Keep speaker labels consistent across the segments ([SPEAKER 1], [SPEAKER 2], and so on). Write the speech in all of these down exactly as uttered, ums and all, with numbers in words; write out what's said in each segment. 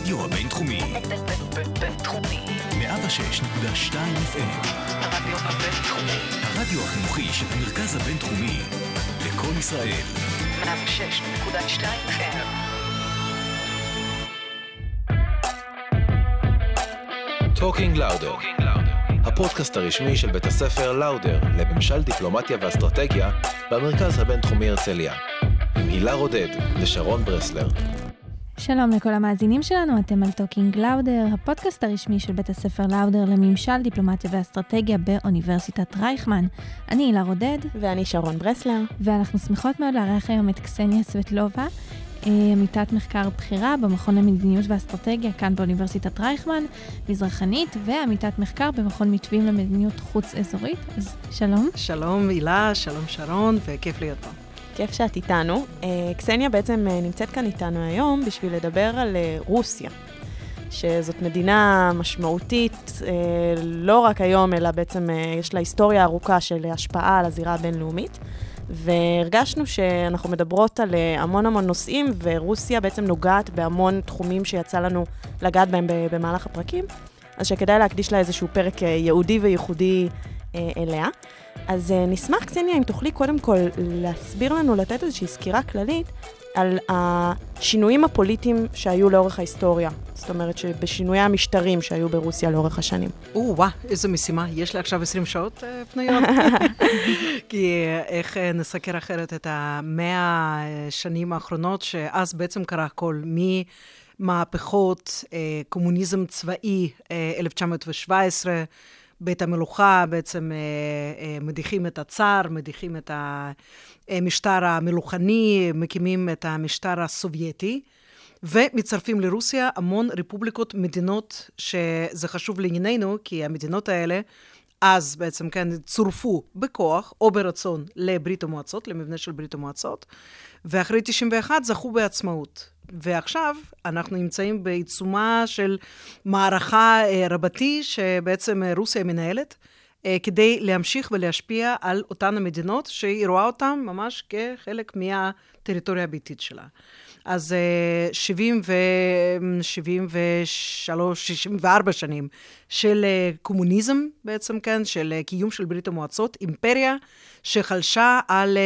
[SPEAKER 1] הרדיו הבינתחומי.
[SPEAKER 2] בינתחומי.
[SPEAKER 1] מאה ושש נקודה שתיים אף אם.
[SPEAKER 2] הרדיו הבינתחומי.
[SPEAKER 1] הרדיו החינוכי של המרכז הבינתחומי. לקול ישראל.
[SPEAKER 2] מאה ושש נקודה שתיים אף אם.
[SPEAKER 3] Talking Louder, הפודקאסט הרשמי של בית הספר לאודר לממשל דיפלומטיה ואסטרטגיה במרכז הבינתחומי הרצליה. עם הילה רודד ושרון ברסלר.
[SPEAKER 4] שלום לכל המאזינים שלנו, אתם על Talking Louder, הפודקאסט הרשמי של בית הספר לאודר לממשל דיפלומטיה ואסטרטגיה באוניברסיטת רייכמן. אני הילה רודד.
[SPEAKER 5] ואני שרון ברסלר.
[SPEAKER 4] ואנחנו שמחות מאוד לארח היום את קסניה סבטלובה, עמיתת מחקר בחירה במכון למדיניות ואסטרטגיה כאן באוניברסיטת רייכמן, מזרחנית, ועמיתת מחקר במכון מתווים למדיניות חוץ אזורית. אז שלום.
[SPEAKER 6] שלום הילה, שלום שרון, וכיף להיות פה.
[SPEAKER 5] כיף שאת איתנו. קסניה בעצם נמצאת כאן איתנו היום בשביל לדבר על רוסיה, שזאת מדינה משמעותית, לא רק היום, אלא בעצם יש לה היסטוריה ארוכה של השפעה על הזירה הבינלאומית, והרגשנו שאנחנו מדברות על המון המון נושאים, ורוסיה בעצם נוגעת בהמון תחומים שיצא לנו לגעת בהם במהלך הפרקים, אז שכדאי להקדיש לה איזשהו פרק ייעודי וייחודי אליה. אז נשמח, קסניה, אם תוכלי קודם כל להסביר לנו, לתת איזושהי סקירה כללית על השינויים הפוליטיים שהיו לאורך ההיסטוריה. זאת אומרת שבשינויי המשטרים שהיו ברוסיה לאורך השנים.
[SPEAKER 6] או, וואה, איזו משימה. יש לי עכשיו עשרים שעות פנויות. כי איך נסקר אחרת את המאה שנים האחרונות, שאז בעצם קרה הכל, ממהפכות, קומוניזם צבאי, אלף תשע מאות שבע עשרה, בית המלוכה, בעצם מדיחים את הצאר, מדיחים את המשטר המלוכני, מקימים את המשטר הסובייטי, ומצרפים לרוסיה המון רפובליקות, מדינות שזה חשוב לענייננו, כי המדינות האלה אז בעצם כן צורפו בכוח או ברצון לברית המועצות, למבנה של ברית המועצות, ואחרי תשעים ואחת זכו בעצמאות. ועכשיו אנחנו נמצאים בעיצומה של מערכה רבתי שבעצם רוסיה מנהלת, כדי להמשיך ולהשפיע על אותן המדינות שהיא רואה אותן ממש כחלק מהטריטוריה הביתית שלה. אז שבעים ושלוש, שישים וארבע שנים של קומוניזם בעצם, כן, של קיום של ברית המועצות, אימפריה שחלשה על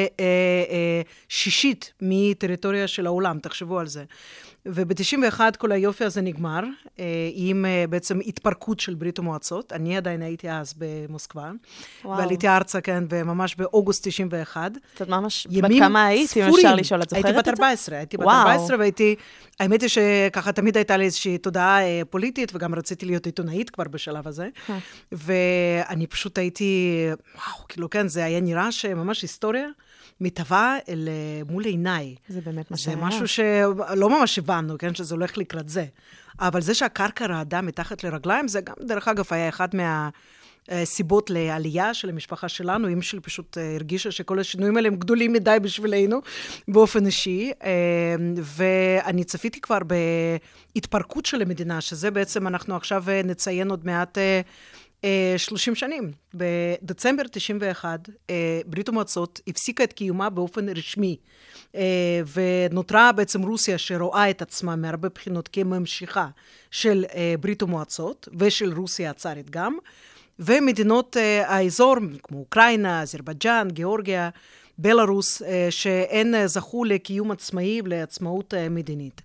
[SPEAKER 6] שישית מטריטוריה של העולם, תחשבו על זה. וב-תשעים ואחת כל היופי הזה נגמר, עם בעצם התפרקות של ברית המועצות. אני עדיין הייתי אז במוסקבה, וואו. ועליתי ארצה, כן, וממש באוגוסט תשעים ואחת.
[SPEAKER 5] זאת ממש, בת כמה היית, אם אפשר לשאול, את זוכרת את זה?
[SPEAKER 6] הייתי בת ארבע עשרה, הייתי בת ארבע עשרה, והייתי, האמת היא שככה תמיד הייתה לי איזושהי תודעה פוליטית, וגם רציתי להיות עיתונאית כבר בשלב הזה, ואני פשוט הייתי, וואו, כאילו כן, זה היה נראה שממש היסטוריה, מתהווה אל מול עיניי.
[SPEAKER 5] זה באמת
[SPEAKER 6] זה משהו שלא ממש הבנו, כן, שזה הולך לקראת זה. אבל זה שהקרקע רעדה מתחת לרגליים, זה גם, דרך אגב, היה אחד מהסיבות לעלייה של המשפחה שלנו. אמא שלי פשוט הרגישה שכל השינויים האלה הם גדולים מדי בשבילנו, באופן אישי. ואני צפיתי כבר בהתפרקות של המדינה, שזה בעצם אנחנו עכשיו נציין עוד מעט שלושים שנים. בדצמבר תשעים ואחת, ברית המועצות הפסיקה את קיומה באופן רשמי, ונותרה בעצם רוסיה שרואה את עצמה מהרבה בחינות כממשיכה של ברית המועצות, ושל רוסיה הצארית גם, ומדינות האזור, כמו אוקראינה, אזרבייג'אן, גיאורגיה, בלרוס, שהן זכו לקיום עצמאי ולעצמאות מדינית.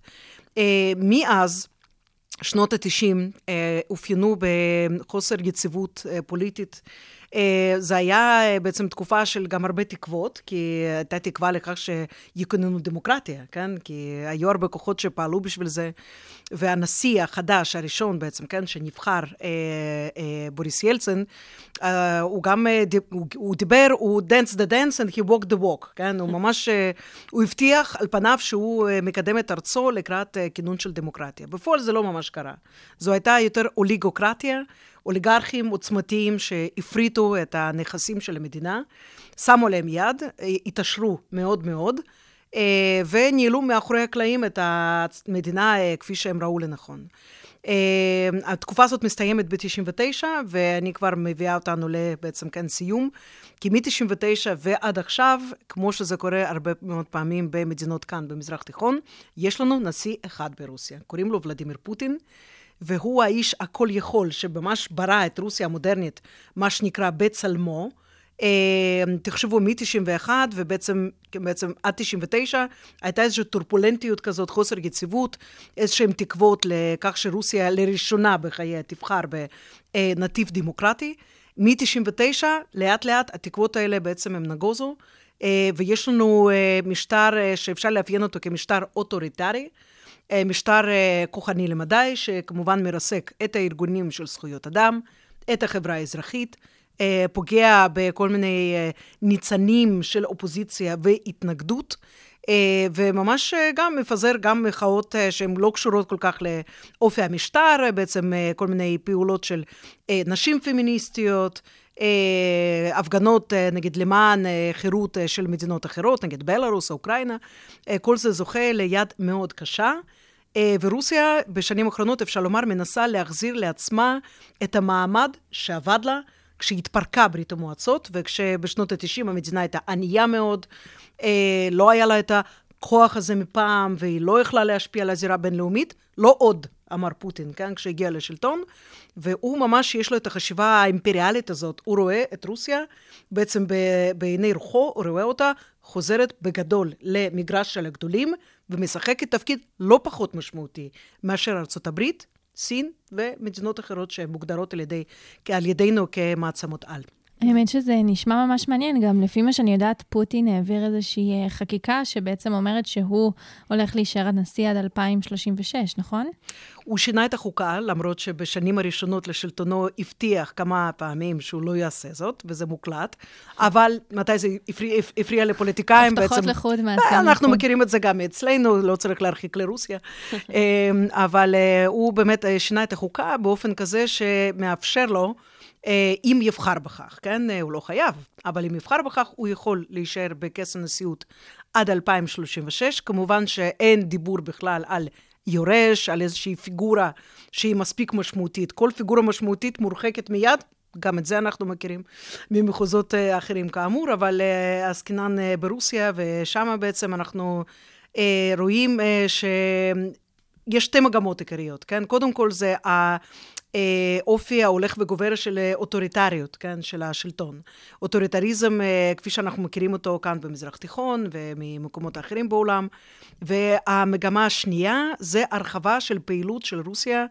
[SPEAKER 6] מאז, שנות ה-תשעים אה, אופיינו בחוסר יציבות אה, פוליטית. אה, זה היה אה, בעצם תקופה של גם הרבה תקוות, כי הייתה תקווה לכך שיקוננו דמוקרטיה, כן? כי היו הרבה כוחות שפעלו בשביל זה, והנשיא החדש הראשון בעצם, כן, שנבחר, אה, אה, בוריס ילצין, אה, הוא גם, אה, דיב, הוא, הוא דיבר, הוא dance the dance and he walked the walk, כן? הוא ממש, אה, הוא הבטיח על פניו שהוא אה, מקדם את ארצו לקראת אה, כינון של דמוקרטיה. בפועל זה לא ממש קרה. זו הייתה יותר אוליגוקרטיה, אוליגרכים עוצמתיים שהפריטו את הנכסים של המדינה, שמו להם יד, התעשרו מאוד מאוד, וניהלו מאחורי הקלעים את המדינה כפי שהם ראו לנכון. התקופה הזאת מסתיימת ב-תשעים ותשע, ואני כבר מביאה אותנו לבעצם כאן סיום, כי מ-תשעים ותשע ועד עכשיו, כמו שזה קורה הרבה מאוד פעמים במדינות כאן במזרח תיכון, יש לנו נשיא אחד ברוסיה, קוראים לו ולדימיר פוטין, והוא האיש הכל יכול שממש ברא את רוסיה המודרנית, מה שנקרא בצלמו. תחשבו מ-תשעים ואחת ובעצם בעצם עד תשעים ותשע הייתה איזושהי טורפולנטיות כזאת, חוסר יציבות, איזשהם תקוות לכך שרוסיה לראשונה בחייה תבחר בנתיב דמוקרטי. מ-תשעים ותשע לאט לאט התקוות האלה בעצם הם נגוזו, ויש לנו משטר שאפשר לאפיין אותו כמשטר אוטוריטרי, משטר כוחני למדי, שכמובן מרסק את הארגונים של זכויות אדם, את החברה האזרחית, פוגע בכל מיני ניצנים של אופוזיציה והתנגדות, וממש גם מפזר גם מחאות שהן לא קשורות כל כך לאופי המשטר, בעצם כל מיני פעולות של נשים פמיניסטיות, הפגנות נגיד למען חירות של מדינות אחרות, נגיד בלרוס או אוקראינה, כל זה זוכה ליד מאוד קשה, ורוסיה בשנים האחרונות אפשר לומר מנסה להחזיר לעצמה את המעמד שעבד לה, כשהתפרקה ברית המועצות, וכשבשנות ה-תשעים המדינה הייתה ענייה מאוד, אה, לא היה לה את הכוח הזה מפעם, והיא לא יכלה להשפיע על הזירה בינלאומית, לא עוד, אמר פוטין, כן, כשהגיע לשלטון, והוא ממש יש לו את החשיבה האימפריאלית הזאת, הוא רואה את רוסיה, בעצם בעיני רוחו, הוא רואה אותה, חוזרת בגדול למגרש של הגדולים, ומשחקת תפקיד לא פחות משמעותי מאשר ארצות הברית, סין ומדינות אחרות שהן מוגדרות על, ידי, על ידינו כמעצמות על.
[SPEAKER 4] האמת שזה נשמע ממש מעניין, גם לפי מה שאני יודעת, פוטין העביר איזושהי חקיקה שבעצם אומרת שהוא הולך להישאר הנשיא עד אלפיים שלושים ושש, נכון?
[SPEAKER 6] הוא שינה את החוקה, למרות שבשנים הראשונות לשלטונו הבטיח כמה פעמים שהוא לא יעשה זאת, וזה מוקלט, אבל מתי זה הפריע, הפריע לפוליטיקאים בעצם...
[SPEAKER 4] הבטחות לחוד מעשה.
[SPEAKER 6] אנחנו מכירים את זה גם אצלנו, לא צריך להרחיק לרוסיה, אבל הוא באמת שינה את החוקה באופן כזה שמאפשר לו, אם יבחר בכך, כן? הוא לא חייב, אבל אם יבחר בכך, הוא יכול להישאר בכס הנשיאות עד אלפיים שלושים ושש. כמובן שאין דיבור בכלל על יורש, על איזושהי פיגורה שהיא מספיק משמעותית. כל פיגורה משמעותית מורחקת מיד, גם את זה אנחנו מכירים ממחוזות אחרים כאמור, אבל עסקינן ברוסיה, ושם בעצם אנחנו רואים שיש שתי מגמות עיקריות, כן? קודם כל זה ה... אופי ההולך וגובר של אוטוריטריות, כן, של השלטון. אוטוריטריזם, כפי שאנחנו מכירים אותו כאן במזרח תיכון וממקומות אחרים בעולם. והמגמה השנייה זה הרחבה של פעילות של רוסיה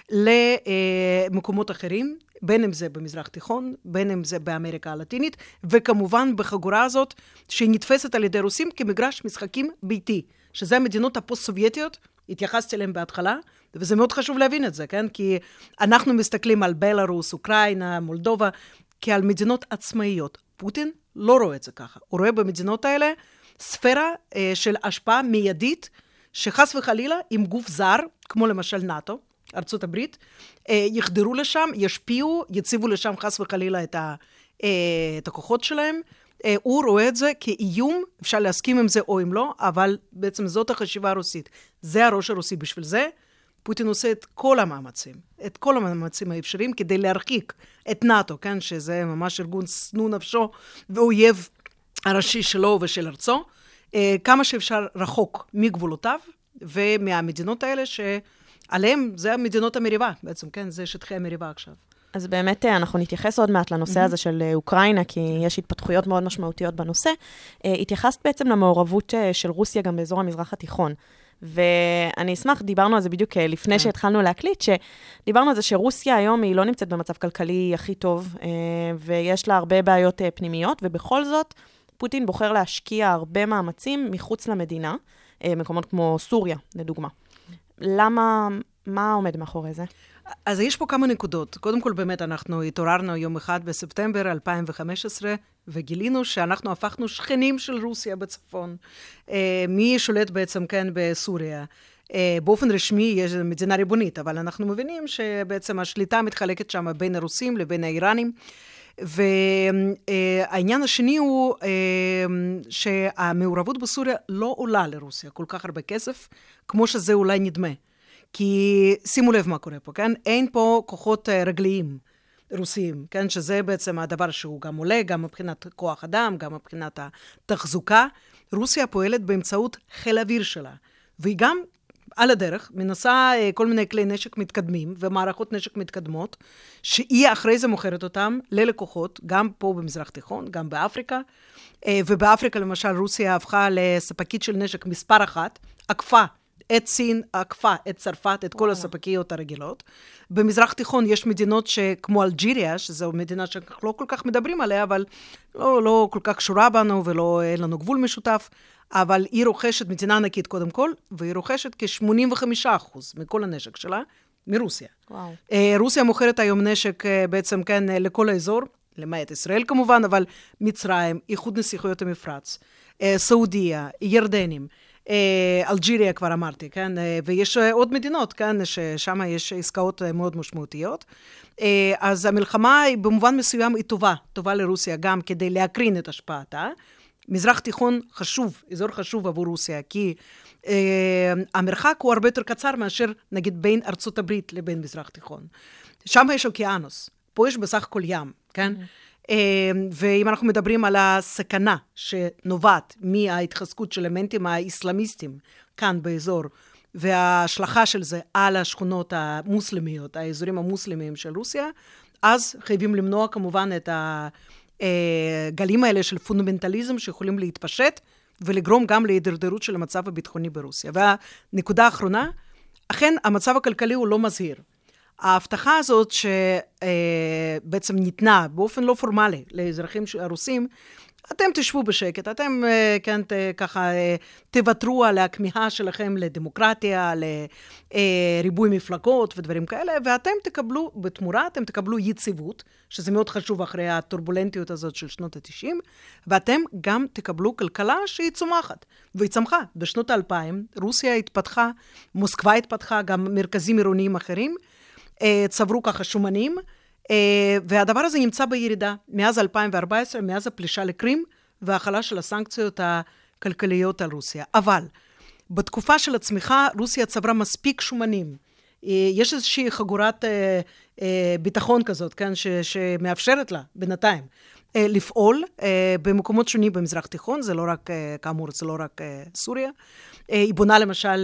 [SPEAKER 6] למקומות אחרים, בין אם זה במזרח תיכון, בין אם זה באמריקה הלטינית, וכמובן בחגורה הזאת שנתפסת על ידי רוסים כמגרש משחקים ביתי, שזה המדינות הפוסט-סובייטיות, התייחסתי אליהם בהתחלה, וזה מאוד חשוב להבין את זה, כן? כי אנחנו מסתכלים על בלרוס, אוקראינה, מולדובה, כעל מדינות עצמאיות. פוטין לא רואה את זה ככה. הוא רואה במדינות האלה ספירה אה, של השפעה מיידית, שחס וחלילה עם גוף זר, כמו למשל נאטו, ארצות הברית, אה, יחדרו לשם, ישפיעו, יציבו לשם חס וחלילה את, ה, אה, את הכוחות שלהם. אה, הוא רואה את זה כאיום, אפשר להסכים עם זה או אם לא, אבל בעצם זאת החשיבה הרוסית. זה הראש הרוסי בשביל זה. פוטין עושה את כל המאמצים, את כל המאמצים האפשריים כדי להרחיק את נאטו, כן, שזה ממש ארגון שנוא נפשו ואויב הראשי שלו ושל ארצו, אה, כמה שאפשר רחוק מגבולותיו ומהמדינות האלה שעליהם זה המדינות המריבה, בעצם, כן, זה שטחי המריבה עכשיו.
[SPEAKER 5] אז באמת אנחנו נתייחס עוד מעט לנושא הזה של אוקראינה, כי יש התפתחויות מאוד משמעותיות בנושא. התייחסת בעצם למעורבות של רוסיה גם באזור המזרח התיכון. ואני אשמח, דיברנו על זה בדיוק לפני שהתחלנו להקליט, שדיברנו על זה שרוסיה היום היא לא נמצאת במצב כלכלי הכי טוב, ויש לה הרבה בעיות פנימיות, ובכל זאת פוטין בוחר להשקיע הרבה מאמצים מחוץ למדינה, מקומות כמו סוריה, לדוגמה. למה, מה עומד מאחורי זה?
[SPEAKER 6] אז יש פה כמה נקודות. קודם כל, באמת, אנחנו התעוררנו יום אחד בספטמבר אלפיים וחמש עשרה, וגילינו שאנחנו הפכנו שכנים של רוסיה בצפון. אה, מי שולט בעצם כאן בסוריה? אה, באופן רשמי יש מדינה ריבונית, אבל אנחנו מבינים שבעצם השליטה מתחלקת שם בין הרוסים לבין האיראנים. והעניין השני הוא שהמעורבות בסוריה לא עולה לרוסיה כל כך הרבה כסף, כמו שזה אולי נדמה. כי שימו לב מה קורה פה, כן? אין פה כוחות רגליים רוסיים, כן? שזה בעצם הדבר שהוא גם עולה, גם מבחינת כוח אדם, גם מבחינת התחזוקה. רוסיה פועלת באמצעות חיל האוויר שלה, והיא גם על הדרך מנסה כל מיני כלי נשק מתקדמים ומערכות נשק מתקדמות, שהיא אחרי זה מוכרת אותם ללקוחות, גם פה במזרח תיכון, גם באפריקה, ובאפריקה למשל רוסיה הפכה לספקית של נשק מספר אחת, עקפה את סין, עקפה את צרפת, את כל הספקיות הרגילות. במזרח תיכון יש מדינות שכמו אלג'יריה, שזו מדינה שלא כל כך מדברים עליה, אבל לא, לא כל כך קשורה בנו ולא אין לנו גבול משותף, אבל היא רוכשת, מדינה ענקית קודם כל, והיא רוכשת כ-שמונים וחמישה אחוז מכל הנשק שלה מרוסיה.
[SPEAKER 5] וואו.
[SPEAKER 6] רוסיה מוכרת היום נשק בעצם כן לכל האזור, למעט ישראל כמובן, אבל מצרים, איחוד נסיכויות המפרץ, סעודיה, ירדנים, אלג'יריה כבר אמרתי, כן? ויש עוד מדינות, כן? ששם יש עסקאות מאוד משמעותיות. אז המלחמה היא במובן מסוים היא טובה, טובה לרוסיה גם כדי להקרין את השפעתה. מזרח תיכון חשוב, אזור חשוב עבור רוסיה, כי אה, המרחק הוא הרבה יותר קצר מאשר נגיד בין ארצות הברית לבין מזרח תיכון. שם יש אוקיינוס, פה יש בסך הכל ים, כן? Mm-hmm. אה, ואם אנחנו מדברים על הסכנה שנובעת מההתחזקות של אלמנטים האסלאמיסטים כאן באזור, וההשלכה של זה על השכונות המוסלמיות, האזורים המוסלמיים של רוסיה, אז חייבים למנוע כמובן את ה... גלים האלה של פונדמנטליזם שיכולים להתפשט ולגרום גם להידרדרות של המצב הביטחוני ברוסיה. והנקודה האחרונה, אכן המצב הכלכלי הוא לא מזהיר. ההבטחה הזאת שבעצם ניתנה באופן לא פורמלי לאזרחים הרוסים, אתם תשבו בשקט, אתם כן, ככה תוותרו על הכמיהה שלכם לדמוקרטיה, לריבוי מפלגות ודברים כאלה, ואתם תקבלו, בתמורה אתם תקבלו יציבות, שזה מאוד חשוב אחרי הטורבולנטיות הזאת של שנות ה-תשעים, ואתם גם תקבלו כלכלה שהיא צומחת, והיא צמחה. בשנות האלפיים רוסיה התפתחה, מוסקבה התפתחה, גם מרכזים עירוניים אחרים, צברו ככה שומנים, והדבר הזה נמצא בירידה מאז אלפיים וארבע עשרה, מאז הפלישה לקרים וההחלה של הסנקציות הכלכליות על רוסיה. אבל בתקופה של הצמיחה רוסיה צברה מספיק שומנים. יש איזושהי חגורת ביטחון כזאת, כן, ש, שמאפשרת לה בינתיים לפעול במקומות שונים במזרח תיכון, זה לא רק, כאמור, זה לא רק סוריה. היא בונה למשל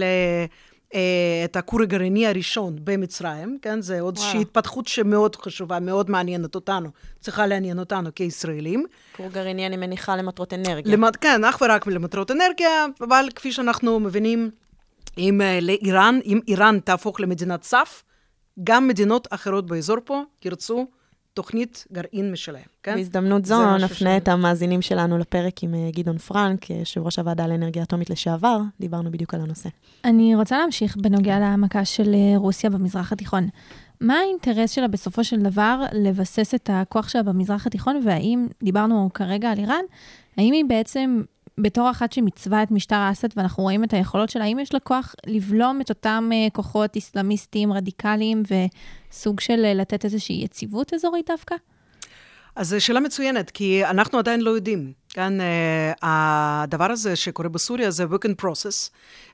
[SPEAKER 6] את הכור הגרעיני הראשון במצרים, כן? זה עוד איזושהי התפתחות שמאוד חשובה, מאוד מעניינת אותנו, צריכה לעניין אותנו כישראלים.
[SPEAKER 5] כור גרעיני אני מניחה למטרות אנרגיה.
[SPEAKER 6] למט... כן, אך ורק למטרות אנרגיה, אבל כפי שאנחנו מבינים, אם לאיראן, אם איראן תהפוך למדינת סף, גם מדינות אחרות באזור פה ירצו תוכנית גרעין משלהם. כן?
[SPEAKER 5] בהזדמנות זו נפנה את המאזינים שלנו לפרק עם גדעון פרנק, יושב ראש הוועדה לאנרגיה אטומית לשעבר, דיברנו בדיוק על הנושא.
[SPEAKER 4] אני רוצה להמשיך בנוגע להעמקה של רוסיה במזרח התיכון. מה האינטרס שלה בסופו של דבר לבסס את הכוח שלה במזרח התיכון, והאם, דיברנו כרגע על איראן, האם היא בעצם בתור אחת שמצווה את משטר האסד, ואנחנו רואים את היכולות שלה, האם יש לה כוח לבלום את אותם כוחות איסלאמיסטיים, רדיקליים, וסוג של לתת איזושהי יציבות אזורית דווקא?
[SPEAKER 6] אז זו שאלה מצוינת, כי אנחנו עדיין לא יודעים. כאן הדבר הזה שקורה בסוריה זה work in process,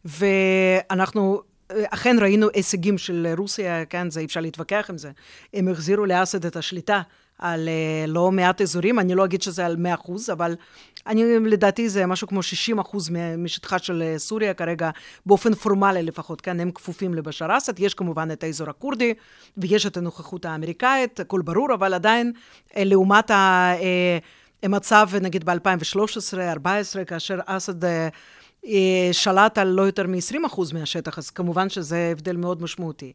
[SPEAKER 6] ואנחנו אכן ראינו הישגים של רוסיה, כן, זה אפשר להתווכח עם זה. הם החזירו לאסד את השליטה על לא מעט אזורים, אני לא אגיד שזה על מאה אחוז, אבל אני, לדעתי זה משהו כמו שישים אחוז משטחה של סוריה כרגע, באופן פורמלי לפחות, כן, הם כפופים לבשאר אסד, יש כמובן את האזור הכורדי, ויש את הנוכחות האמריקאית, הכל ברור, אבל עדיין לעומת המצב, נגיד ב-אלפיים ושלוש עשרה ארבע עשרה, כאשר אסד שלט על לא יותר מ-עשרים אחוז מהשטח, אז כמובן שזה הבדל מאוד משמעותי.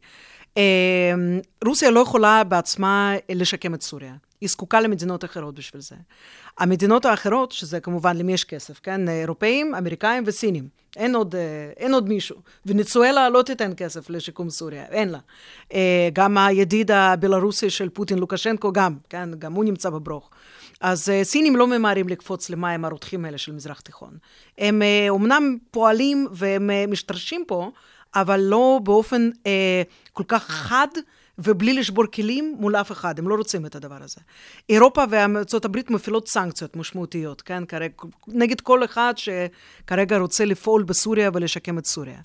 [SPEAKER 6] רוסיה לא יכולה בעצמה לשקם את סוריה. היא זקוקה למדינות אחרות בשביל זה. המדינות האחרות, שזה כמובן למי יש כסף, כן? אירופאים, אמריקאים וסינים. אין עוד, אין עוד מישהו. ונצואלה לא תיתן כסף לשיקום סוריה, אין לה. גם הידיד הבלרוסי של פוטין, לוקשנקו, גם, כן? גם הוא נמצא בברוך. אז סינים לא ממהרים לקפוץ למים הרותחים האלה של מזרח תיכון. הם אומנם פועלים והם משתרשים פה, אבל לא באופן אה, כל כך חד ובלי לשבור כלים מול אף אחד, הם לא רוצים את הדבר הזה. אירופה וארצות הברית מפעילות סנקציות משמעותיות, כן? כרגע, נגד כל אחד שכרגע רוצה לפעול בסוריה ולשקם את סוריה.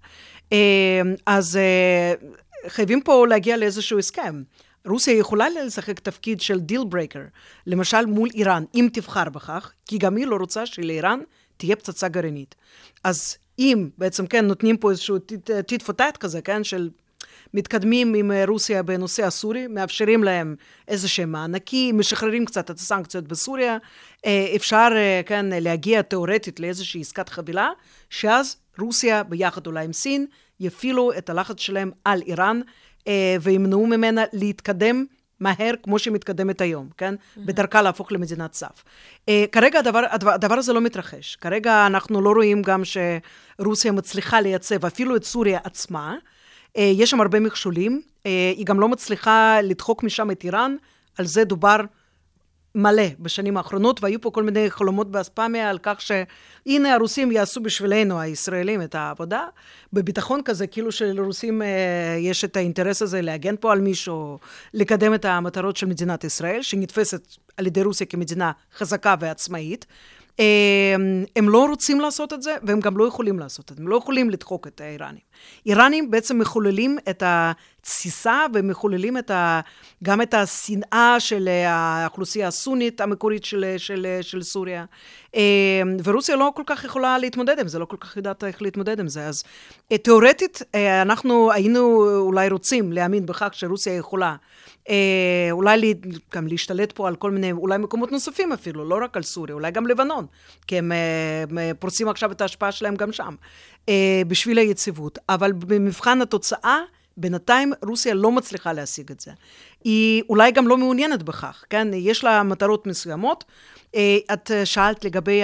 [SPEAKER 6] אז חייבים פה להגיע לאיזשהו הסכם. רוסיה יכולה לשחק תפקיד של דיל ברייקר, למשל מול איראן, אם תבחר בכך, כי גם היא לא רוצה שלאיראן תהיה פצצה גרעינית. אז אם בעצם כן נותנים פה איזשהו טיט פוטט כזה, כן, של מתקדמים עם רוסיה בנושא הסורי, מאפשרים להם איזה שהם מענקים, משחררים קצת את הסנקציות בסוריה, אפשר כן להגיע תיאורטית לאיזושהי עסקת חבילה, שאז רוסיה ביחד אולי עם סין יפעילו את הלחץ שלהם על איראן, וימנעו ממנה להתקדם מהר כמו שהיא מתקדמת היום, כן? Mm-hmm. בדרכה להפוך למדינת סף. Uh, כרגע הדבר, הדבר, הדבר הזה לא מתרחש. כרגע אנחנו לא רואים גם שרוסיה מצליחה לייצב אפילו את סוריה עצמה. Uh, יש שם הרבה מכשולים. Uh, היא גם לא מצליחה לדחוק משם את איראן. על זה דובר מלא בשנים האחרונות, והיו פה כל מיני חלומות באספמיה על כך שהנה הרוסים יעשו בשבילנו, הישראלים, את העבודה. בביטחון כזה, כאילו שלרוסים אה, יש את האינטרס הזה להגן פה על מישהו, לקדם את המטרות של מדינת ישראל, שנתפסת על ידי רוסיה כמדינה חזקה ועצמאית. אה, הם לא רוצים לעשות את זה, והם גם לא יכולים לעשות את זה. הם לא יכולים לדחוק את האיראנים. איראנים בעצם מחוללים את התסיסה, ומחוללים את ה, גם את השנאה של האוכלוסייה הסונית המקורית של, של, של סוריה. ורוסיה לא כל כך יכולה להתמודד עם זה, לא כל כך יודעת איך להתמודד עם זה. אז תיאורטית, אנחנו היינו אולי רוצים להאמין בכך שרוסיה יכולה, אולי גם להשתלט פה על כל מיני, אולי מקומות נוספים אפילו, לא רק על סוריה, אולי גם לבנון, כי הם פורסים עכשיו את ההשפעה שלהם גם שם, בשביל היציבות. אבל במבחן התוצאה, בינתיים רוסיה לא מצליחה להשיג את זה. היא אולי גם לא מעוניינת בכך, כן? יש לה מטרות מסוימות. את שאלת לגבי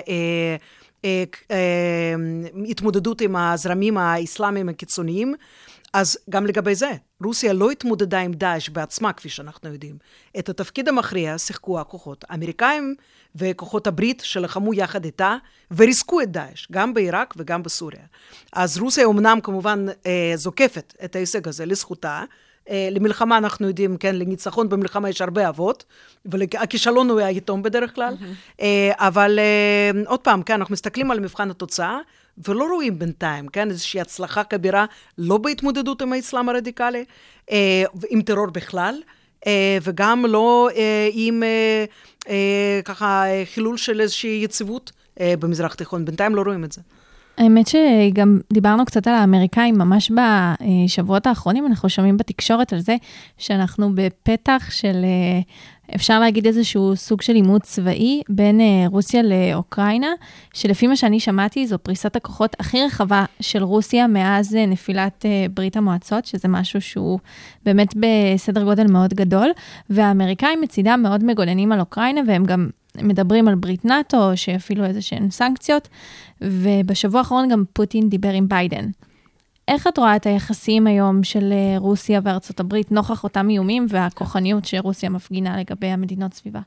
[SPEAKER 6] ההתמודדות עם הזרמים האסלאמיים הקיצוניים, אז גם לגבי זה, רוסיה לא התמודדה עם דאעש בעצמה, כפי שאנחנו יודעים. את התפקיד המכריע שיחקו הכוחות האמריקאים וכוחות הברית שלחמו יחד איתה, וריסקו את דאעש, גם בעיראק וגם בסוריה. אז רוסיה אומנם כמובן זוקפת את ההישג הזה לזכותה, למלחמה אנחנו יודעים, כן, לניצחון במלחמה יש הרבה אבות, והכישלון הוא היתום בדרך כלל, mm-hmm. אבל עוד פעם, כן, אנחנו מסתכלים על מבחן התוצאה, ולא רואים בינתיים, כן, איזושהי הצלחה כבירה, לא בהתמודדות עם האסלאם הרדיקלי, עם טרור בכלל, וגם לא עם ככה חילול של איזושהי יציבות במזרח תיכון, בינתיים לא רואים את זה.
[SPEAKER 4] האמת שגם דיברנו קצת על האמריקאים, ממש בשבועות האחרונים, אנחנו שומעים בתקשורת על זה, שאנחנו בפתח של, אפשר להגיד איזשהו סוג של לימוד צבאי, בין רוסיה לאוקראינה, שלפי מה שאני שמעתי, זו פריסת הכוחות הכי רחבה של רוסיה, מאז נפילת ברית המועצות, שזה משהו שהוא באמת בסדר גודל מאוד גדול, והאמריקאים מצידם מאוד מגוננים על אוקראינה, והם גם מדברים על ברית נאטו, שאפילו איזה שהן סנקציות, ובשבוע האחרון גם פוטין דיבר עם ביידן. איך את רואה את היחסים היום של רוסיה וארצות הברית, נוכח אותם איומים והכוחניות שרוסיה מפגינה לגבי המדינות סביבה?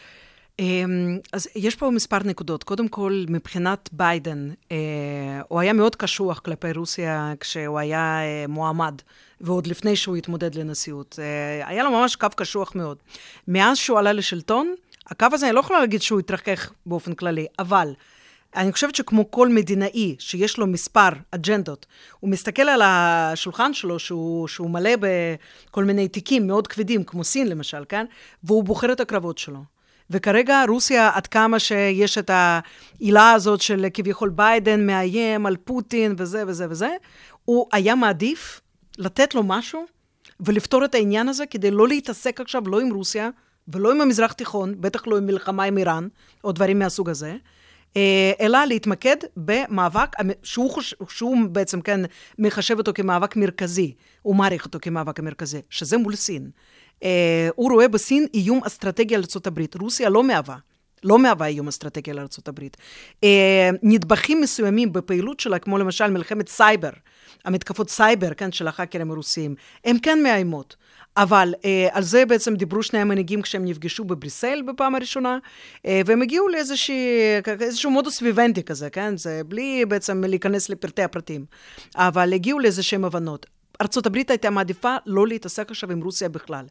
[SPEAKER 6] אז יש פה מספר נקודות. קודם כל, מבחינת ביידן, הוא היה מאוד קשוח כלפי רוסיה כשהוא היה מועמד, ועוד לפני שהוא התמודד לנשיאות. היה לו ממש קו קשוח מאוד. מאז שהוא עלה לשלטון, הקו הזה, אני לא יכולה להגיד שהוא התרחק באופן כללי, אבל אני חושבת שכמו כל מדינאי שיש לו מספר אג'נדות, הוא מסתכל על השולחן שלו שהוא, שהוא מלא בכל מיני תיקים מאוד כבדים, כמו סין למשל, כן? והוא בוחר את הקרבות שלו. וכרגע רוסיה, עד כמה שיש את העילה הזאת של כביכול ביידן מאיים על פוטין וזה וזה וזה, הוא היה מעדיף לתת לו משהו ולפתור את העניין הזה כדי לא להתעסק עכשיו לא עם רוסיה, ולא עם המזרח תיכון, בטח לא עם מלחמה עם איראן, או דברים מהסוג הזה, אלא להתמקד במאבק, שהוא, חוש, שהוא בעצם כן מחשב אותו כמאבק מרכזי, הוא מעריך אותו כמאבק המרכזי, שזה מול סין. הוא רואה בסין איום אסטרטגי על ארצות הברית, רוסיה לא מהווה, לא מהווה איום אסטרטגי על ארצות הברית. נדבכים מסוימים בפעילות שלה, כמו למשל מלחמת סייבר, המתקפות סייבר, כן, של החאקרים הרוסיים, הם כן מאיימות. אבל אה, על זה בעצם דיברו שני המנהיגים כשהם נפגשו בבריסל בפעם הראשונה, אה, והם הגיעו לאיזשהו מודוס ויוונטי כזה, כן? זה בלי בעצם להיכנס לפרטי הפרטים. אבל הגיעו לאיזשהם הבנות. ארצות הברית הייתה מעדיפה לא להתעסק עכשיו עם רוסיה בכלל.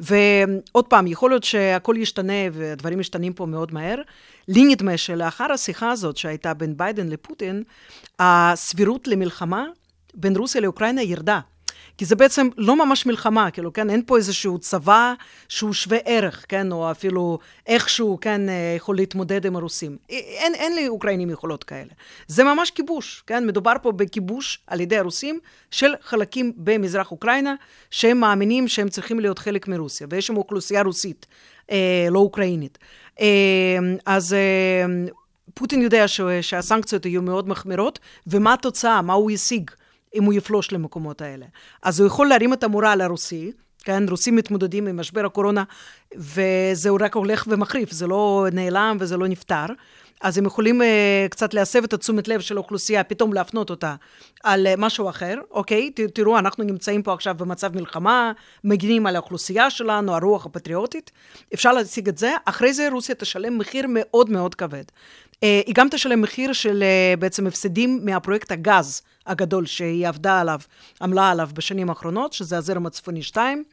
[SPEAKER 6] ועוד פעם, יכול להיות שהכל ישתנה ודברים משתנים פה מאוד מהר. לי נדמה שלאחר השיחה הזאת שהייתה בין ביידן לפוטין, הסבירות למלחמה בין רוסיה לאוקראינה ירדה. כי זה בעצם לא ממש מלחמה, כאילו, כן, אין פה איזשהו צבא שהוא שווה ערך, כן, או אפילו איכשהו, כן, יכול להתמודד עם הרוסים. אין, אין לי אוקראינים יכולות כאלה. זה ממש כיבוש, כן, מדובר פה בכיבוש על ידי הרוסים של חלקים במזרח אוקראינה, שהם מאמינים שהם צריכים להיות חלק מרוסיה, ויש שם אוכלוסייה רוסית, אה, לא אוקראינית. אה, אז... אה, פוטין יודע ש- שהסנקציות יהיו מאוד מחמירות, ומה התוצאה, מה הוא ישיג אם הוא יפלוש למקומות האלה. אז הוא יכול להרים את המורל הרוסי, כן, רוסים מתמודדים עם משבר הקורונה, וזהו רק הולך ומחריף, זה לא נעלם וזה לא נפטר, אז הם יכולים uh, קצת להסב את התשומת לב של האוכלוסייה, פתאום להפנות אותה על uh, משהו אחר, אוקיי? ת, תראו, אנחנו נמצאים פה עכשיו במצב מלחמה, מגינים על האוכלוסייה שלנו, הרוח הפטריוטית, אפשר להשיג את זה, אחרי זה רוסיה תשלם מחיר מאוד מאוד כבד. Uh, היא גם תשלם מחיר של uh, בעצם הפסדים מהפרויקט הגז הגדול שהיא עבדה עליו, עמלה עליו בשנים האחרונות, שזה הזרם הצפוני שתיים,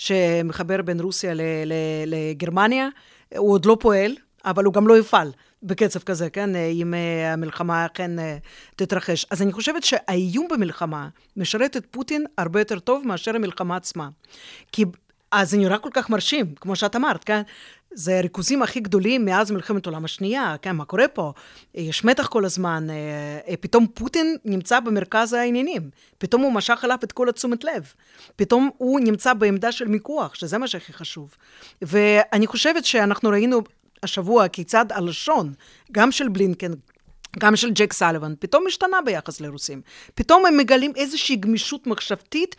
[SPEAKER 6] שמחבר בין רוסיה ל- ל- לגרמניה, הוא עוד לא פועל, אבל הוא גם לא יפעל בקצב כזה, כן, אם המלחמה כן תתרחש. אז אני חושבת שהאיום במלחמה משרת את פוטין הרבה יותר טוב מאשר המלחמה עצמה. כי אז זה נראה כל כך מרשים, כמו שאת אמרת, כן? זה הריכוזים הכי גדולים מאז מלחמת העולם השנייה, כן, מה קורה פה? יש מתח כל הזמן, פתאום פוטין נמצא במרכז העניינים, פתאום הוא משך אליו את כל התשומת לב, פתאום הוא נמצא בעמדה של מיקוח, שזה מה שהכי חשוב. ואני חושבת שאנחנו ראינו השבוע כיצד הלשון, גם של בלינקן, גם של ג'ק סליבן, פתאום משתנה ביחס לרוסים. פתאום הם מגלים איזושהי גמישות מחשבתית,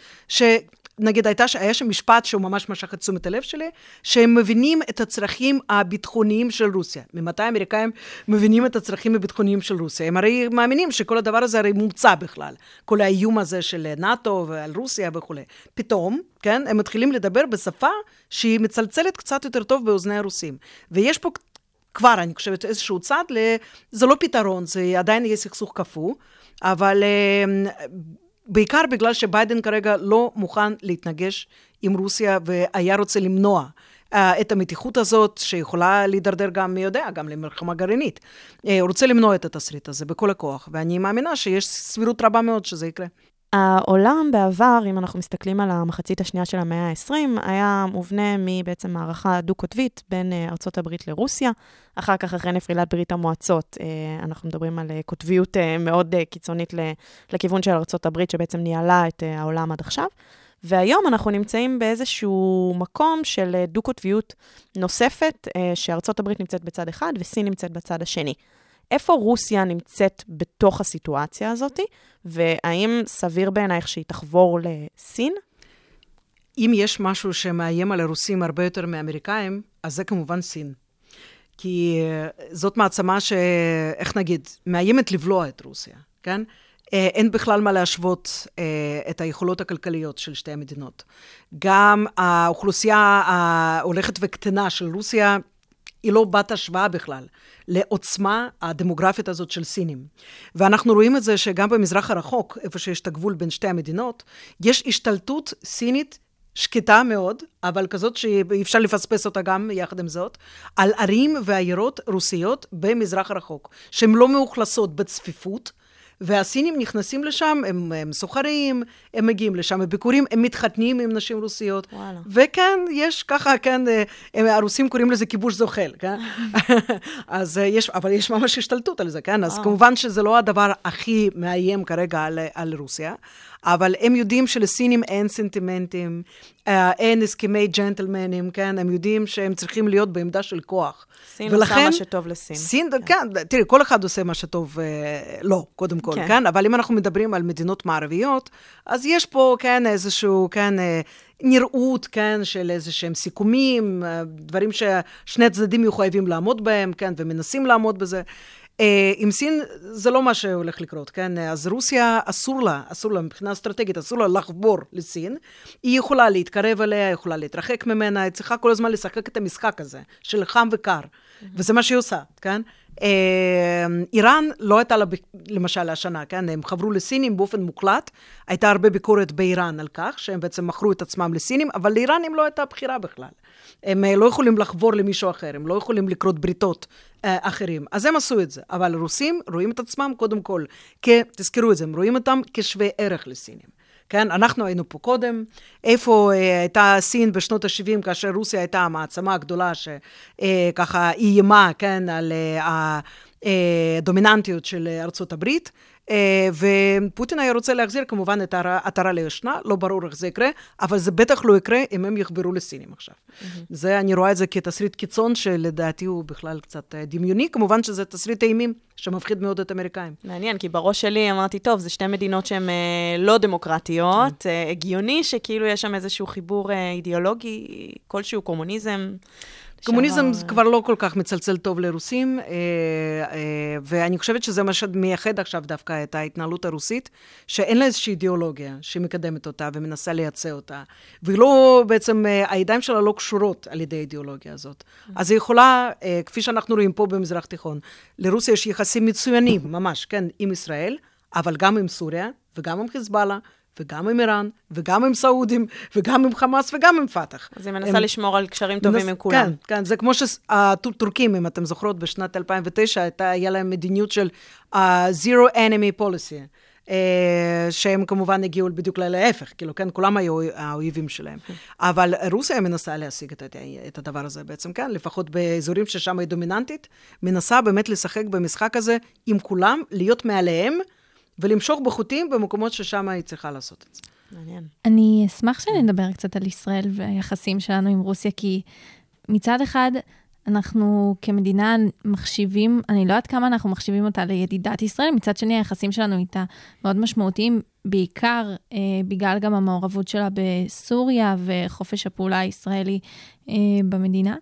[SPEAKER 6] שנגיד הייתה, היה שם משפט שהוא ממש משך את תשומת הלב שלי, שהם מבינים את הצרכים הביטחוניים של רוסיה. ממתי האמריקאים מבינים את הצרכים הביטחוניים של רוסיה? הם הרי מאמינים שכל הדבר הזה הרי מומצא בכלל. כל האיום הזה של נאטו ועל רוסיה וכו'. פתאום, כן, הם מתחילים לדבר בשפה שהיא מצלצלת קצת יותר טוב באוזני הרוסים. ויש פה כבר, אני חושבת, איזשהו צד, זה לא פתרון, זה עדיין יהיה סכסוך כפו, אבל בעיקר בגלל שביידן כרגע לא מוכן להתנגש עם רוסיה, והיה רוצה למנוע את המתיחות הזאת, שיכולה להידרדר גם, מי יודע, גם למלחמה גרעינית. הוא רוצה למנוע את התסריט הזה בכל הכוח, ואני מאמינה שיש סבירות רבה מאוד שזה יקרה.
[SPEAKER 5] העולם בעבר, אם אנחנו מסתכלים על המחצית השנייה של המאה ה-עשרים, היה מובנה מבעצם מערכה דו-קוטבית בין ארצות הברית לרוסיה. אחר כך, אחרי נפילת ברית המועצות, אנחנו מדברים על קוטביות מאוד קיצונית לכיוון של ארצות הברית, שבעצם ניהלה את העולם עד עכשיו. והיום אנחנו נמצאים באיזשהו מקום של דו-קוטביות נוספת, שארצות הברית נמצאת בצד אחד וסין נמצאת בצד השני. איפה רוסיה נמצאת בתוך הסיטואציה הזאת, והאם סביר בעינייך שהיא תחבור לסין?
[SPEAKER 6] אם יש משהו שמאיים על הרוסים הרבה יותר מאמריקאים, אז זה כמובן סין. כי זאת מעצמה שאיך נגיד, מאיימת לבלוע את רוסיה, כן? אין בכלל מה להשוות את היכולות הכלכליות של שתי המדינות. גם האוכלוסייה ההולכת וקטנה של רוסיה, היא לא בת השוואה בכלל לעוצמה הדמוגרפית הזאת של סינים. ואנחנו רואים את זה שגם במזרח הרחוק, איפה שיש את הגבול בין שתי המדינות, יש השתלטות סינית שקטה מאוד, אבל כזאת שאי אפשר לפספס אותה גם יחד עם זאת, על ערים ועיירות רוסיות במזרח הרחוק, שהן לא מאוכלסות בצפיפות, והסינים נכנסים לשם, הם, הם סוחרים, הם מגיעים לשם בביקורים, הם מתחתנים עם נשים רוסיות. וואלה. וכן, יש ככה, כן, הם, הרוסים קוראים לזה כיבוש זוחל, כן? אז יש, אבל יש ממש השתלטות על זה, כן? אז כמובן שזה לא הדבר הכי מאיים כרגע על, על רוסיה, אבל הם יודעים שלסינים אין סנטימנטים, אין הסכמי ג'נטלמנים, כן? הם יודעים שהם צריכים להיות בעמדה של כוח.
[SPEAKER 5] סין ולכן, עושה מה שטוב לסין.
[SPEAKER 6] סין, כן, כן, תראי, כל אחד עושה מה שטוב, אה, לא, קודם כל, כן. כן? אבל אם אנחנו מדברים על מדינות מערביות, אז יש פה, כן, איזשהו, כן, אה, נראות, כן, של איזשהם סיכומים, אה, דברים ששני הצדדים יהיו חייבים לעמוד בהם, כן, ומנסים לעמוד בזה. עם סין זה לא מה שהולך לקרות, כן? אז רוסיה אסור לה, אסור לה מבחינה אסטרטגית, אסור לה לחבור לסין. היא יכולה להתקרב אליה, היא יכולה להתרחק ממנה, היא צריכה כל הזמן לשחק את המשחק הזה, של חם וקר. וזה מה שהיא עושה, כן? איראן לא הייתה לה, למשל, השנה, כן? הם חברו לסינים באופן מוקלט, הייתה הרבה ביקורת באיראן על כך, שהם בעצם מכרו את עצמם לסינים, אבל לאיראנים לא הייתה בחירה בכלל. הם לא יכולים לחבור למישהו אחר, הם לא יכולים לקרות בריתות אחרים. אז הם עשו את זה. אבל הרוסים רואים את עצמם קודם כל, תזכרו את זה, הם רואים אותם כשווה ערך לסינים. כן, אנחנו היינו פה קודם, איפה הייתה סין בשנות ה-שבעים, כאשר רוסיה הייתה המעצמה הגדולה שככה איימה, כן, על הדומיננטיות של ארצות הברית, ופוטין היה רוצה להחזיר כמובן את העטרה ליושנה, לא ברור איך זה יקרה, אבל זה בטח לא יקרה אם הם יחברו לסינים עכשיו. זה, אני רואה את זה כתסריט קיצון, שלדעתי הוא בכלל קצת דמיוני, כמובן שזה תסריט אימים, שמפחיד מאוד את האמריקאים.
[SPEAKER 5] מעניין, כי בראש שלי אמרתי, טוב, זה שתי מדינות שהן לא דמוקרטיות, הגיוני שכאילו יש שם איזשהו חיבור אידיאולוגי, כלשהו קומוניזם.
[SPEAKER 6] קומוניזם זה כבר לא כל כך מצלצל טוב לרוסים, ואני חושבת שזה מה שמייחד עכשיו דווקא את ההתנהלות הרוסית, שאין לה איזושהי אידיאולוגיה שמקדמת אותה ומנסה לייצא אותה, ולא בעצם, הידיים שלה לא קשורות על ידי האידיאולוגיה הזאת. אז היא יכולה, כפי שאנחנו רואים פה במזרח תיכון, לרוסיה יש יחסים מצוינים, ממש, כן, עם ישראל, אבל גם עם סוריה, וגם עם חיזבאללה, וגם עם איראן, וגם עם סעודים, וגם עם חמאס, וגם עם פתח.
[SPEAKER 5] אז היא מנסה לשמור על קשרים טובים עם כולם.
[SPEAKER 6] כן, כן, זה כמו שהטורקים, אם אתם זוכרות, בשנת אלפיים ותשע, היה להם מדיניות של Zero Enemy Policy, שהם כמובן הגיעו בדיוק להפך, כאילו, כן, כולם היו האויבים שלהם. אבל רוסיה מנסה להשיג את הדבר הזה בעצם, כן, לפחות באזורים ששם היא דומיננטית, מנסה באמת לשחק במשחק הזה עם כולם, להיות מעליהם, ולמשוך בחוטים במקומות ששם היא צריכה לעשות את זה.
[SPEAKER 5] מעניין.
[SPEAKER 4] אני אשמח שנדבר קצת על ישראל והיחסים שלנו עם רוסיה, כי מצד אחד אנחנו כמדינה מחשיבים, אני לא יודעת כמה אנחנו מחשיבים אותה לידידת ישראל, מצד שני היחסים שלנו איתה מאוד משמעותיים, בעיקר אה, בגלל גם המעורבות שלה בסוריה וחופש הפעולה הישראלי אה, במדינה.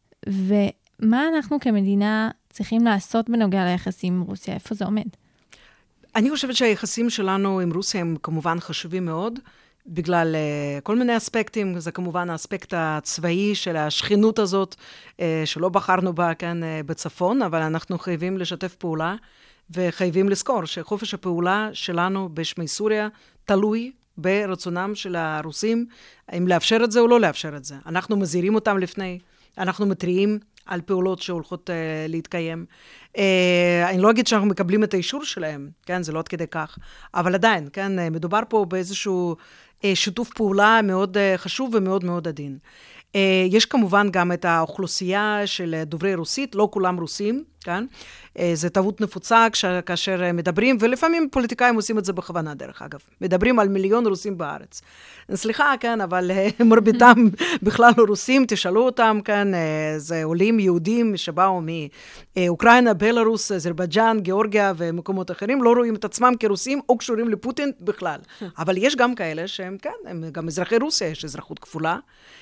[SPEAKER 4] ומה אנחנו כמדינה צריכים לעשות בנוגע ליחסים עם רוסיה? איפה זה עומד?
[SPEAKER 6] אני חושבת שהיחסים שלנו עם רוסיה הם כמובן חשובים מאוד, בגלל uh, כל מיני אספקטים, זה כמובן האספקט הצבאי של השכנות הזאת, uh, שלא בחרנו בה כאן uh, בצפון, אבל אנחנו חייבים לשתף פעולה, וחייבים לזכור שחופש הפעולה שלנו בשמי סוריה תלוי ברצונם של הרוסים, אם לאפשר את זה או לא לאפשר את זה. אנחנו מזהירים אותם לפני, אנחנו מטריעים על פעולות שהולכות uh, להתקיים. Uh, אני לא אגיד שאנחנו מקבלים את האישור שלהם, כן, זה לא עד כדי כך, אבל עדיין, כן, uh, מדובר פה באיזשהו uh, שיתוף פעולה מאוד uh, חשוב ומאוד מאוד עדין. Uh, יש כמובן גם את האוכלוסייה של דוברי רוסית, לא כולם רוסים, כן? Uh, זה טעות נפוצה כאשר מדברים, ולפעמים פוליטיקאים עושים את זה בכוונה דרך אגב. מדברים על מיליון רוסים בארץ. סליחה, כן, אבל uh, מרביתם בכלל לא רוסים, תשאלו אותם, כן, uh, זה עולים יהודים שבאו מאוקראינה, בלרוס, אזרבייג'אן, גיאורגיה ומקומות אחרים, לא רואים את עצמם כרוסים או קשורים לפוטין בכלל. אבל יש גם כאלה שהם, כן, הם גם אזרחי רוסיה, יש אזרחות כפולה.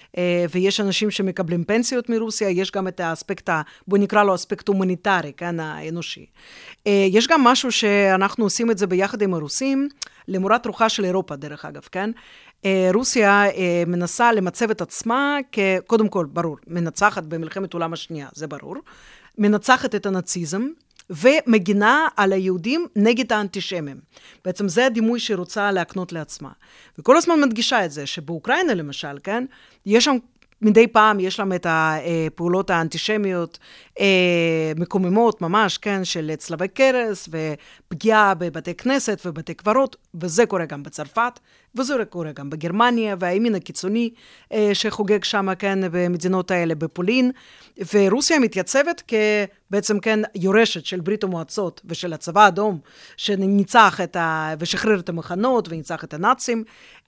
[SPEAKER 6] ויש אנשים שמקבלים פנסיות מרוסיה, יש גם את האספקט, בוא נקרא לו אספקט הומניטרי, כן, האנושי. יש גם משהו שאנחנו עושים את זה ביחד עם הרוסים, למורת רוחה של אירופה, דרך אגב, כן? רוסיה מנסה למצב את עצמה, קודם כל, ברור, מנצחת במלחמת העולם השנייה, זה ברור, מנצחת את הנאציזם, ומגינה על היהודים נגד האנטישמים. בעצם זה הדימוי שהיא רוצה להקנות לעצמה. וכל הזמן מדגישה את זה, שבאוקראינה למשל, כן, יש שם מדי פעם, יש להם את הפעולות האנטישמיות מקוממות ממש, כן, של צלבי קרס ופגיעה בבתי כנסת ובתי קברות, וזה קורה גם בצרפת, וזה קורה גם בגרמניה, והימין הקיצוני שחוגג שם, כן, במדינות האלה, בפולין, ורוסיה מתייצבת כבעצם, כן, יורשת של ברית המועצות ושל הצבא האדום, שניצח את ה... ושחרר את המחנות וניצח את הנאצים,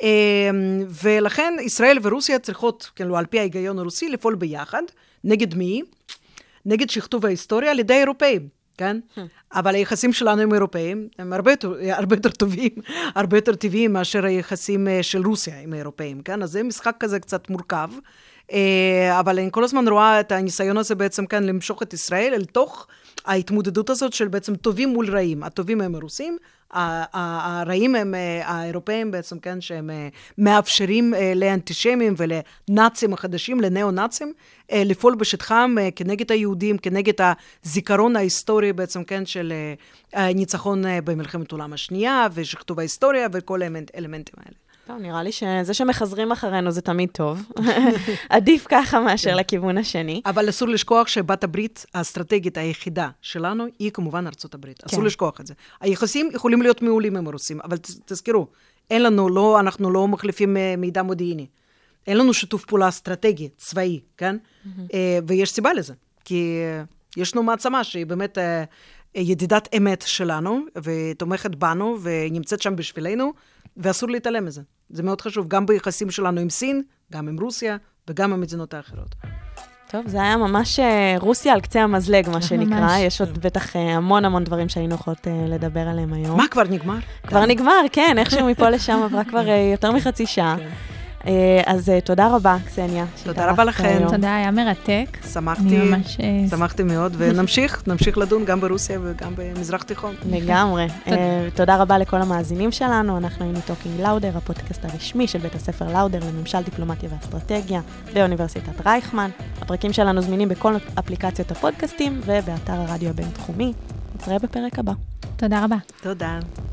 [SPEAKER 6] ולכן ישראל ורוסיה צריכות, כאילו, על פי ההיגיון הרוסי, לפעול ביחד, נגד מי? נגד שכתוב ההיסטוריה על ידי אירופאים, כן? אבל היחסים שלנו עם אירופאים הם הרבה, הרבה יותר טובים, הרבה יותר טבעיים מאשר היחסים של רוסיה עם האירופאים, כן? אז זה משחק כזה קצת מורכב, אבל אני כל הזמן רואה את הניסיון הזה בעצם כאן למשוך את ישראל אל תוך ההתמודדות הזאת של בעצם טובים מול רעים. הטובים הם הרוסים, הרעים הם האירופאים בעצם, כן, שהם מאפשרים לאנטישמים ולנאצים החדשים, לנאו-נאצים, לפעול בשטחם כנגד היהודים, כנגד הזיכרון ההיסטורי בעצם, כן, של ניצחון במלחמת העולם השנייה, ושכתוב ההיסטוריה וכל האלמנטים האלה.
[SPEAKER 5] טוב, נראה לי שזה שמחזרים אחרינו זה תמיד טוב. עדיף ככה מאשר לכיוון השני.
[SPEAKER 6] אבל אסור לשכוח שבת הברית האסטרטגית היחידה שלנו היא כמובן ארצות הברית. אסור לשכוח את זה. היחסים יכולים להיות מעולים עם הרוסים, אבל תזכרו, אין לנו, לא, אנחנו לא מחליפים מידע מודיעיני. אין לנו שיתוף פעולה אסטרטגי, צבאי, כן? ויש סיבה לזה. כי יש לנו מעצמה שהיא באמת ידידת אמת שלנו, ותומכת בנו, ונמצאת שם בשבילנו, ואסור להתעלם מזה. זה מאוד חשוב, גם ביחסים שלנו עם סין, גם עם רוסיה, וגם המדינות האחרות.
[SPEAKER 5] טוב, זה היה ממש רוסיה על קצה המזלג, מה שנקרא. ממש. יש עוד בטח המון המון דברים שהיינו יכולות לדבר עליהם היום.
[SPEAKER 6] מה, כבר נגמר?
[SPEAKER 5] כבר נגמר, כן, איכשהו מפה לשם עברה כבר יותר מחצי שעה. כן. אז תודה רבה, קסניה.
[SPEAKER 6] תודה רבה לכם.
[SPEAKER 4] תודה, היה מרתק.
[SPEAKER 6] שמחתי, שמחתי מאוד, ונמשיך, נמשיך לדון גם ברוסיה וגם במזרח תיכון.
[SPEAKER 5] לגמרי. תודה רבה לכל המאזינים שלנו, אנחנו היינו Talking Louder, הפודקאסט הרשמי של בית הספר לאודר לממשל דיפלומטיה ואסטרטגיה באוניברסיטת רייכמן. הפרקים שלנו זמינים בכל אפליקציות הפודקאסטים ובאתר הרדיו הבינתחומי. נתראה בפרק הבא.
[SPEAKER 4] תודה רבה.
[SPEAKER 6] תודה.